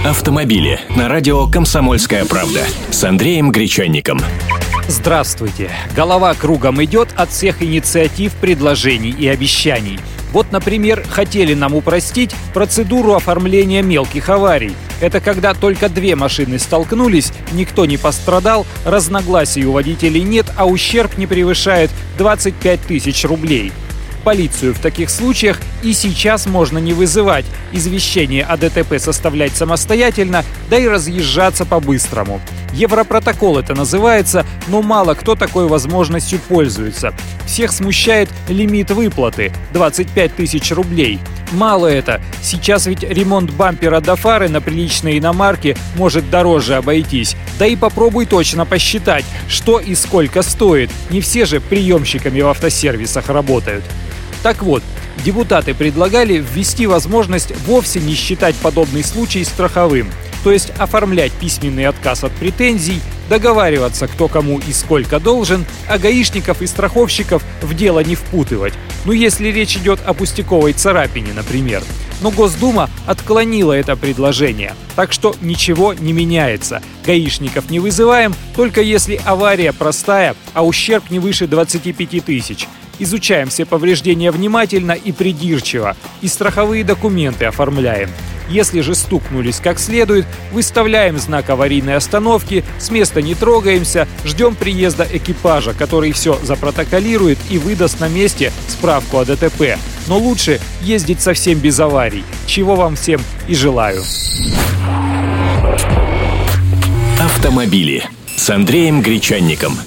Автомобили на радио «Комсомольская правда» с Андреем Гречанником. Здравствуйте. Голова кругом идет от всех инициатив, предложений и обещаний. Вот, например, хотели нам упростить процедуру оформления мелких аварий. Это когда только две машины столкнулись, никто не пострадал, разногласий у водителей нет, а ущерб не превышает 25 тысяч рублей. Полицию в таких случаях и сейчас можно не вызывать, извещение о ДТП составлять самостоятельно, да и разъезжаться по-быстрому. Европротокол это называется, но мало кто такой возможностью пользуется. Всех смущает лимит выплаты – 25 тысяч рублей. Мало это, сейчас ведь ремонт бампера до фары на приличной иномарке может дороже обойтись. Да и попробуй точно посчитать, что и сколько стоит. Не все же приемщиками в автосервисах работают. Так вот, депутаты предлагали ввести возможность вовсе не считать подобный случай страховым, то есть оформлять письменный отказ от претензий, договариваться, кто кому и сколько должен, а гаишников и страховщиков в дело не впутывать. Ну, если речь идет о пустяковой царапине, например. Но Госдума отклонила это предложение, так что ничего не меняется. Гаишников не вызываем, только если авария простая, а ущерб не выше 25 тысяч. Изучаем все повреждения внимательно и придирчиво, и страховые документы оформляем. Если же стукнулись как следует, выставляем знак аварийной остановки, с места не трогаемся, ждем приезда экипажа, который все запротоколирует и выдаст на месте справку о ДТП. Но лучше ездить совсем без аварий, чего вам всем и желаю. Автомобили с Андреем Гречанником.